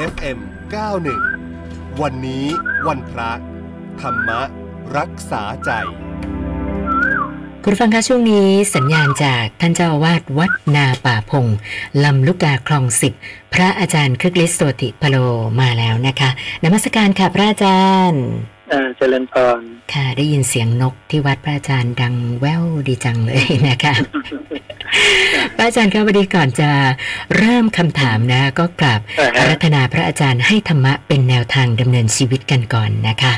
FM 91วันนี้วันพระธรรมรักษาใจคุณฟังคะช่วงนี้สัญญาณจากท่านเจ้าอาวาสวัดนาป่าพงลำลูกกาคลอง10พระอาจารย์ครึกฤทธิ์โสติพโลมาแล้วนะคะนมัสการค่ะพระอาจารย์เจริญพรค่ะได้ยินเสียงนกที่วัดพระอาจารย์ดังแว่วดีจังเลยนะคะพระอาจารย์ครับวันนี้ก่อนจะเริ่มคำถามนะก็กราบอาราธนาพระอาจารย์ให้ธรรมะเป็นแนวทางดำเนินชีวิตกันก่อนนะคะ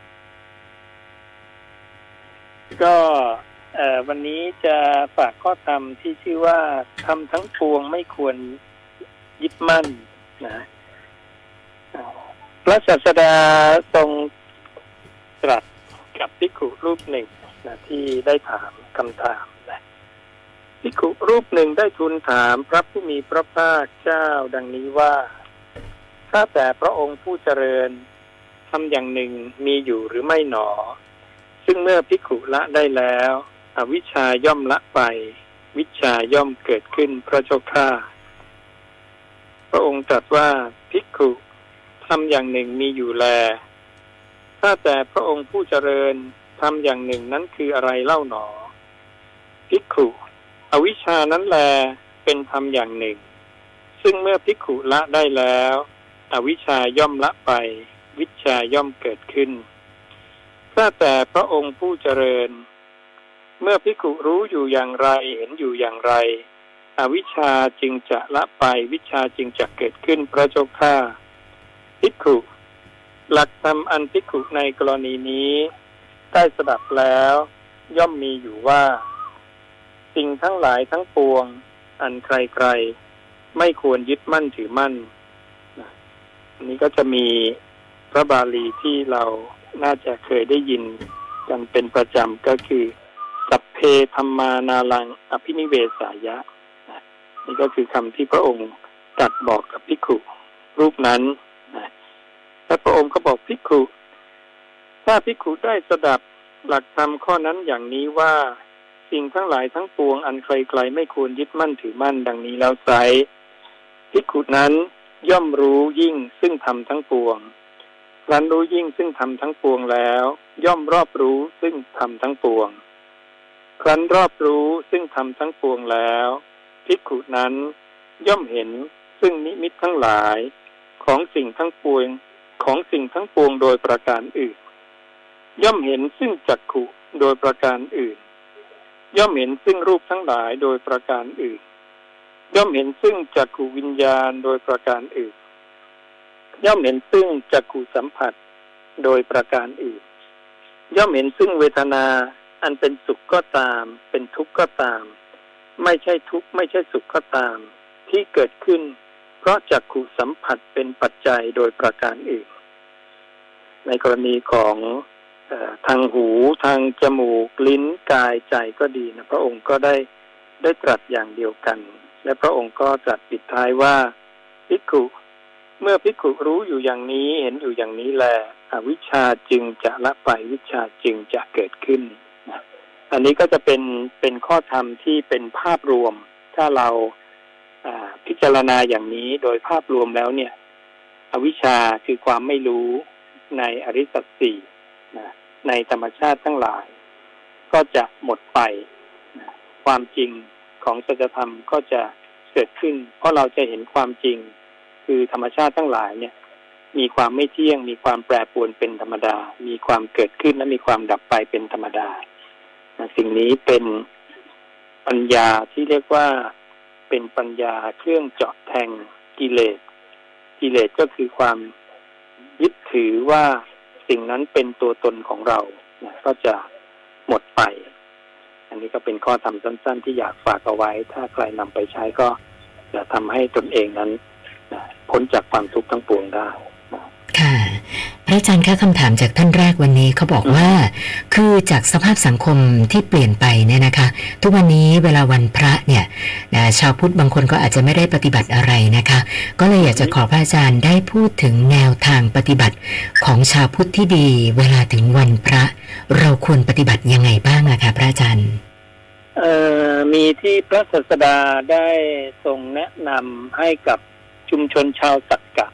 ก็วันนี้จะฝากข้อธรรมที่ชื่อว่าธรรมทั้งปวงไม่ควรยึดมั่นนะพระศาสดาทรงตรัสกับภิกขุรูปหนึ่งนะที่ได้ถามคำถามนะภิกขุรูปหนึ่งได้ทูลถามพระผู้มีพระภาคเจ้าดังนี้ว่าถ้าแต่พระองค์ผู้เจริญทำอย่างหนึ่งมีอยู่หรือไม่หนอซึ่งเมื่อภิกขุละได้แล้วอวิชชาย่อมละไปวิชชาย่อมเกิดขึ้นพระเจ้าข้าพระองค์ตรัสว่าภิกขุทำอย่างหนึ่งมีอยู่แลถ้าแต่พระองค์ผู้เจริญทำอย่างหนึ่งนั้นคืออะไรเล่าหนอภิกขุอวิชชานั้นแลเป็นธรรมอย่างหนึ่งซึ่งเมื่อภิกขุละได้แล้วอวิชชาย่อมละไปวิชชาย่อมเกิดขึ้นถ้าแต่พระองค์ผู้เจริญเมื่อภิกขุรู้อยู่อย่างไรเห็นอยู่อย่างไรอวิชชาจึงจะละไปวิชชาจึงจะเกิดขึ้นพระเจ้าข้าภิกขุหลักธรรมอันภิกขุในกรณีนี้ได้สดับแล้วย่อมมีอยู่ว่าสิ่งทั้งหลายทั้งปวงอันใครๆไม่ควรยึดมั่นถือมั่นอันนี้ก็จะมีพระบาลีที่เราน่าจะเคยได้ยินกันเป็นประจำก็คือสัพเพธัมมานาลังอภินิเวสายะนี่ก็คือคำที่พระองค์ตรัสบอกกับภิกขุรูปนั้นและพระองค์ก็บอกภิกขุถ้าภิกขุได้สดับหลักธรรมข้อนั้นอย่างนี้ว่าสิ่งทั้งหลายทั้งปวงอันใครๆไม่ควรยึดมั่นถือมั่นดังนี้แล้วไซร้ภิกขุนั้นย่อมรู้ยิ่งซึ่งธรรมทั้งปวงครั้นรู้ยิ่งซึ่งธรรมทั้งปวงแล้วย่อมรอบรู้ซึ่งธรรมทั้งปวงครั้นรอบรู้ซึ่งธรรมทั้งปวงแล้วภิกขุนั้นย่อมเห็นซึ่งนิมิตทั้งหลายของสิ่งทั้งปวงโดยประการอื่นย่อมเห็นซึ่งจักขุโดยประการอื่นย่อมเห็นซึ่งรูปทั้งหลายโดยประการอื่นย่อมเห็นซึ่งจักขุวิญญาณโดยประการอื่นย่อมเห็นซึ่งจักขุสัมผัสโดยประการอื่นย่อมเห็นซึ่งเวทนาอันเป็นสุขก็ตามเป็นทุกข์ก็ตามไม่ใช่ทุกข์ไม่ใช่สุขก็ตามที่เกิดขึ้นเพราะจักขุสัมผัสเป็นปัจจัยโดยประการอื่นในกรณีของทางหูทางจมูกลิ้นกายใจก็ดีนะพระองค์ก็ได้ตรัสอย่างเดียวกันและพระองค์ก็ตรัสปิดท้ายว่าภิกขุเมื่อภิกขุรู้อยู่อย่างนี้เห็นอยู่อย่างนี้แลอวิชชาจึงจะละไปวิชชาจึงจะเกิดขึ้นอันนี้ก็จะเป็นข้อธรรมที่เป็นภาพรวมถ้าเราพิจารณาอย่างนี้โดยภาพรวมแล้วเนี่ยอวิชชาคือความไม่รู้ในอริยสัจสี่ในธรรมชาติทั้งหลายก็จะหมดไปความจริงของสัจธรรมก็จะเกิดขึ้นเพราะเราจะเห็นความจริงคือธรรมชาติทั้งหลายเนี่ยมีความไม่เที่ยงมีความแปรปรวนเป็นธรรมดามีความเกิดขึ้นและมีความดับไปเป็นธรรมดาสิ่งนี้เป็นปัญญาที่เรียกว่าเป็นปัญญาเครื่องเจาะแทงกิเลสก็คือความยึดถือว่าสิ่งนั้นเป็นตัวตนของเราก็จะหมดไปอันนี้ก็เป็นข้อธรรมสั้นๆที่อยากฝากเอาไว้ถ้าใครนำไปใช้ก็จะทำให้ตนเองนั้นพ้นจากความทุกข์ทั้งปวงได้ค่ะพระอาจารย์คะคำถามจากท่านแรกวันนี้เขาบอกว่าคือจากสภาพสังคมที่เปลี่ยนไปเนี่ยนะคะทุกวันนี้เวลาวันพระเนี่ยชาวพุทธบางคนก็อาจจะไม่ได้ปฏิบัติอะไรนะคะก็เลยอยากจะขอพระอาจารย์ได้พูดถึงแนวทางปฏิบัติของชาวพุทธที่ดีเวลาถึงวันพระเราควรปฏิบัติยังไงบ้างอะคะพระอาจารย์มีที่พระศาสดาได้ทรงแนะนำให้กับชุมชนชาวสักกะ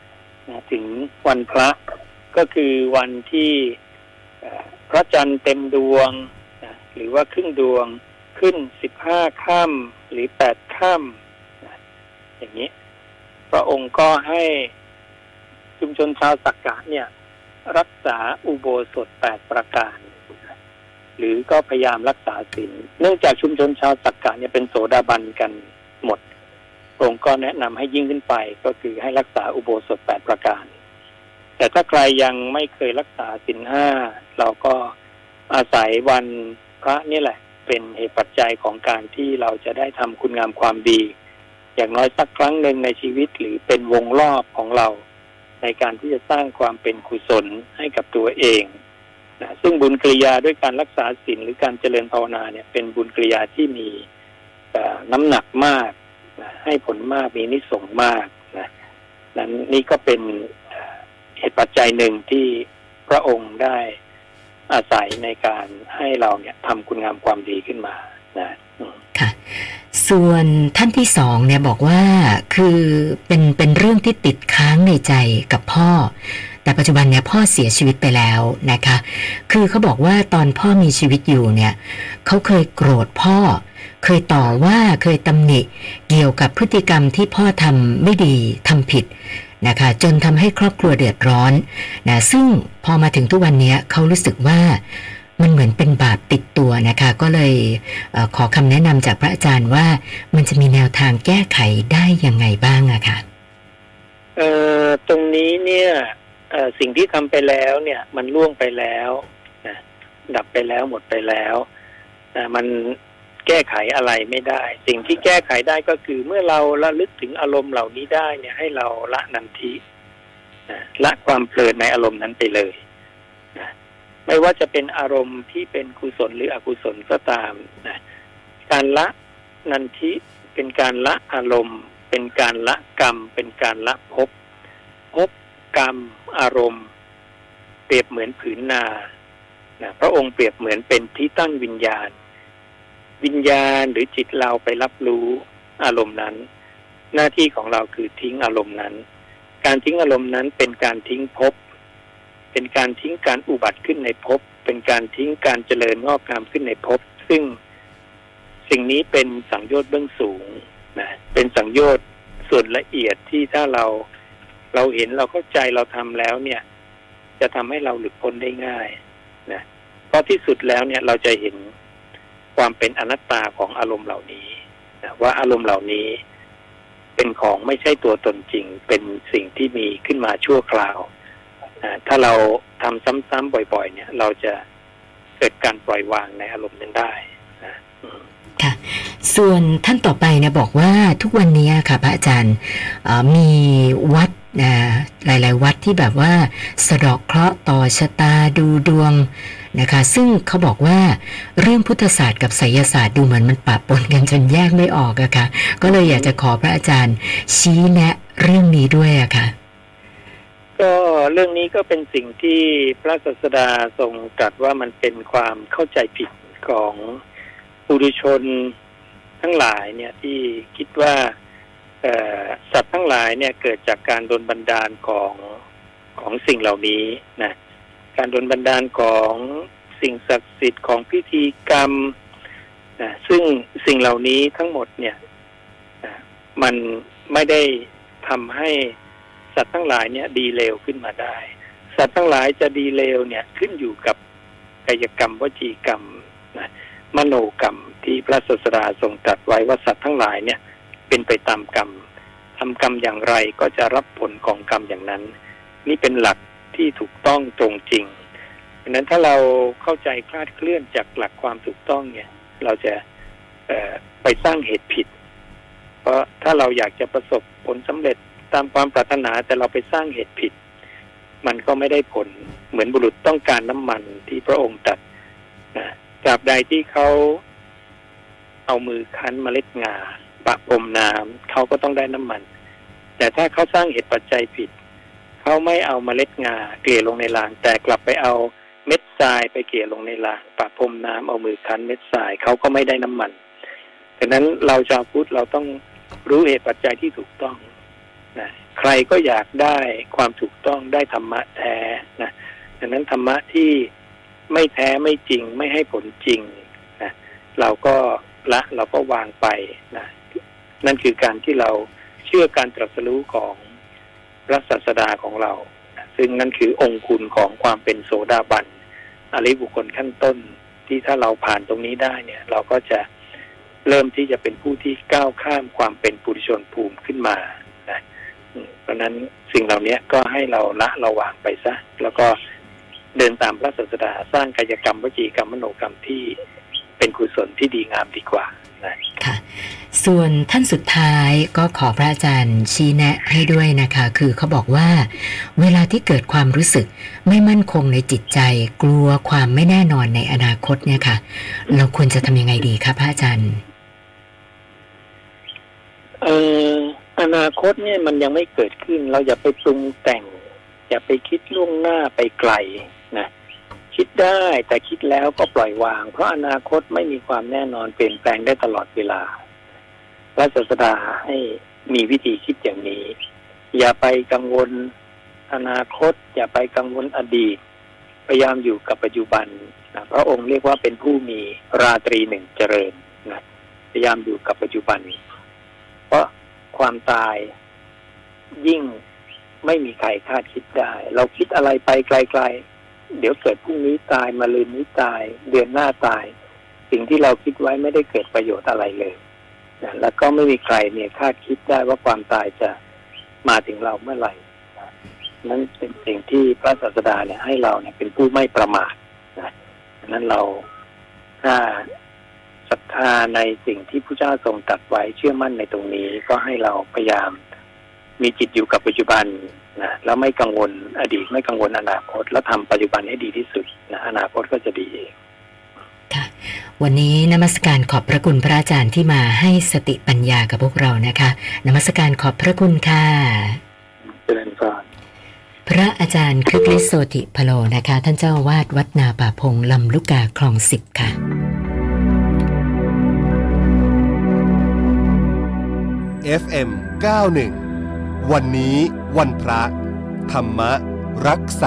ถึงวันพระก็คือวันที่พระจันทร์เต็มดวงหรือว่าครึ่งดวงขึ้น15 ค่ำหรือ8 ค่ำอย่างนี้พระองค์ก็ให้ชุมชนชาวสักกะเนี่ยรักษาอุโบสถ8 ประการหรือก็พยายามรักษาศีลเนื่องจากชุมชนชาวสักกะเนี่ยเป็นโสดาบันกันหมดพระองค์ก็แนะนำให้ยิ่งขึ้นไปก็คือให้รักษาอุโบสถ8 ประการแต่ถ้าใครยังไม่เคยรักษาศีล 5เราก็อาศัยวันพระนี่แหละเป็นเหตุปัจจัยของการที่เราจะได้ทำคุณงามความดีอย่างน้อยสักครั้งหนึ่งในชีวิตหรือเป็นวงรอบของเราในการที่จะสร้างความเป็นกุศลให้กับตัวเองนะซึ่งบุญกิริยาด้วยการรักษาศีลหรือการเจริญภาวนาเนี่ยเป็นบุญกิริยาที่มีน้ำหนักมากนะให้ผลมากมีนิสงส์มากนะนั้นนี่ก็เป็นเหตุปัจจัยหนึ่งที่พระองค์ได้อาศัยในการให้เราเนี่ยทำคุณงามความดีขึ้นมานะค่ะส่วนท่านที่2เนี่ยบอกว่าคือเป็นเรื่องที่ติดค้างในใจกับพ่อแต่ปัจจุบันเนี่ยพ่อเสียชีวิตไปแล้วนะคะคือเขาบอกว่าตอนพ่อมีชีวิตอยู่เนี่ยเขาเคยโกรธพ่อเคยต่อว่าเคยตำหนิเกี่ยวกับพฤติกรรมที่พ่อทำไม่ดีทำผิดนะคะจนทำให้ครอบครัวเดือดร้อนนะซึ่งพอมาถึงทุกวันนี้เขารู้สึกว่ามันเหมือนเป็นบาปติดตัวนะคะก็เลยขอคำแนะนำจากพระอาจารย์ว่ามันจะมีแนวทางแก้ไขได้ยังไงบ้างอะค่ะตรงนี้เนี่ยสิ่งที่ทำไปแล้วเนี่ยมันล่วงไปแล้วนะดับไปแล้วหมดไปแล้วมันแก้ไขอะไรไม่ได้สิ่งที่แก้ไขได้ก็คือเมื่อเราระลึกถึงอารมณ์เหล่านี้ได้เนี่ยให้เราละนันทิละความเพลินในอารมณ์นั้นไปเลยนะไม่ว่าจะเป็นอารมณ์ที่เป็นกุศลหรืออกุศลก็ตามนะการละนันทิเป็นการละอารมณ์เป็นการละกรรมเป็นการละภพกรรมอารมณ์เปรียบเหมือนผืนนานะพระองค์เปรียบเหมือนเป็นที่ตั้งวิญญาณหรือจิตเราไปรับรู้อารมณ์นั้นหน้าที่ของเราคือทิ้งอารมณ์นั้นการทิ้งอารมณ์นั้นเป็นการทิ้งภพเป็นการทิ้งการอุบัติขึ้นในภพเป็นการทิ้งการเจริญงอกงามขึ้นในภพซึ่งสิ่งนี้เป็นสังโยชน์เบื้องสูงนะเป็นสังโยชน์ส่วนละเอียดที่ถ้าเราเห็นเราเข้าใจเราทำแล้วเนี่ยจะทำให้เราหลุดพ้นได้ง่ายนะเพราะที่สุดแล้วเนี่ยเราจะเห็นความเป็นอนัตตาของอารมณ์เหล่านี้นะว่าอารมณ์เหล่านี้เป็นของไม่ใช่ตัวตนจริงเป็นสิ่งที่มีขึ้นมาชั่วคราวนะถ้าเราทำซ้ำๆบ่อยๆเนี่ยเราจะเกิดการปล่อยวางในอารมณ์นั้นได้นะค่ะส่วนท่านต่อไปเนี่ยบอกว่าทุกวันนี้ค่ะพระอาจารย์มีวัดหลายๆวัดที่แบบว่าสะเดาะเคราะห์ต่อชะตาดูดวงนะคะซึ่งเขาบอกว่าเรื่องพุทธศาสตร์กับไสยศาสตร์ดูเหมือนมันปะปนกันจนแยกไม่ออกอะค่ะก็เลยอยากจะขอพระอาจารย์ชี้แนะเรื่องนี้ด้วยอะค่ะก็เรื่องนี้ก็เป็นสิ่งที่พระศาสดาทรงตรัสว่ามันเป็นความเข้าใจผิดของปุถุชนทั้งหลายเนี่ยที่คิดว่าสัตว์ทั้งหลายเนี่ยเกิดจากการโดนบันดาลของสิ่งเหล่านี้นะการโดนบันดาลของสิ่งศักดิ์สิทธิ์ของพิธีกรรมนะซึ่งสิ่งเหล่านี้ทั้งหมดเนี่ยมันไม่ได้ทำให้สัตว์ทั้งหลายเนี่ยดีเลวขึ้นมาได้สัตว์ทั้งหลายจะดีเลวเนี่ยขึ้นอยู่กับกายกรรมวจีกรรมนะมโนกรรมที่พระศาสดาทรงตรัสไว้ว่าสัตว์ทั้งหลายเนี่ยเป็นไปตามกรรมทำกรรมอย่างไรก็จะรับผลของกรรมอย่างนั้นนี่เป็นหลักที่ถูกต้องตรงจริงดังนั้นถ้าเราเข้าใจคลาดเคลื่อนจากหลักความถูกต้องเนี่ยเราจะไปสร้างเหตุผิดเพราะถ้าเราอยากจะประสบผลสำเร็จตามความปรารถนาแต่เราไปสร้างเหตุผิดมันก็ไม่ได้ผลเหมือนบุรุษต้องการน้ำมันที่พระองค์ตรัสนะตราบใดที่เขาเอามือคั้นเมล็ดงาปะพรมน้ำเขาก็ต้องได้น้ำมันแต่ถ้าเขาสร้างเหตุปัจจัยผิดเขาไม่เอาเมล็ดงาเกลี่ยลงในรางแต่กลับไปเอาเม็ดทรายไปเกลี่ยลงในรางปะพรมน้ำเอามือคั้นเม็ดทรายเขาก็ไม่ได้น้ำมันดังนั้นเราชาวพุทธเราต้องรู้เหตุปัจจัยที่ถูกต้องนะใครก็อยากได้ความถูกต้องได้ธรรมะแท้นะดังนั้นธรรมะที่ไม่แท้ไม่จริงไม่ให้ผลจริงนะเราก็เราก็วางไปนะนั่นคือการที่เราเชื่อการตรัสรู้ของพระศาสดาของเรานะซึ่งนั่นคือองค์คุณของความเป็นโสดาบันอริยบุคคลขั้นต้นที่ถ้าเราผ่านตรงนี้ได้เนี่ยเราก็จะเริ่มที่จะเป็นผู้ที่ก้าวข้ามความเป็นปุถุชนภูมิขึ้นมานะเพราะนั้นสิ่งเหล่านี้ก็ให้เราละระวางไปซะแล้วก็เดินตามพระศาสดาสร้างกายกรรมวจีกรรมมโนกรรมที่เป็นกุศลที่ดีงามดีกว่านะค่ะส่วนท่านสุดท้ายก็ขอพระอาจารย์ชี้แนะให้ด้วยนะคะคือเขาบอกว่าเวลาที่เกิดความรู้สึกไม่มั่นคงในจิตใจกลัวความไม่แน่นอนในอนาคตเนี่ยค่ะเราควรจะทำยังไงดีคะพระอาจารย์อนาคตเนี่ยมันยังไม่เกิดขึ้นเราอย่าไปปรุงแต่งอย่าไปคิดล่วงหน้าไปไกลนะคิดได้แต่คิดแล้วก็ปล่อยวางเพราะอนาคตไม่มีความแน่นอนเปลี่ยนแปลงได้ตลอดเวลาพระศาสดาให้มีวิธีคิดอย่างนี้อย่าไปกังวลอนาคตอย่าไปกังวลอดีตพยายามอยู่กับปัจจุบันนะพระองค์เรียกว่าเป็นผู้มีราตรีหนึ่งเจริญนะพยายามอยู่กับปัจจุบันเพราะความตายยิ่งไม่มีใครคาดคิดได้เราคิดอะไรไปไกลๆเดี๋ยวเกิดพรุ่งนี้ตายมะรืนนี้ตายเดือนหน้าตายสิ่งที่เราคิดไว้ไม่ได้เกิดประโยชน์อะไรเลยนะแล้วก็ไม่มีใครเนี่ยคาดคิดได้ว่าความตายจะมาถึงเราเมื่อไหร่นะนั้นเป็นสิ่งที่พระศาสดาเนี่ยให้เราเนี่ยเป็นผู้ไม่ประมาทนะนั้นเราถ้าศรัทธาในสิ่งที่พระเจ้าทรงตรัสไว้เชื่อมั่นในตรงนี้ก็ให้เราพยายามมีจิตอยู่กับปัจจุบันนะแล้วไม่กังวลอดีตไม่กังวลอนาคตแล้วทำปัจจุบันให้ดีที่สุดนะอนาคตก็จะดีเองค่ะวันนี้นมัสการขอบพระคุณพระอาจารย์ที่มาให้สติปัญญากับพวกเรานะคะนมัสการขอบพระคุณค่ะเจริญพรพระอาจารย์คฤฤทธิ์โสติพโลนะคะท่านเจ้าอาวาสวัดนาป่าพงลำลูกกาคลอง 10ค่ะ FM 91วันนี้วันพระธรรมรักษา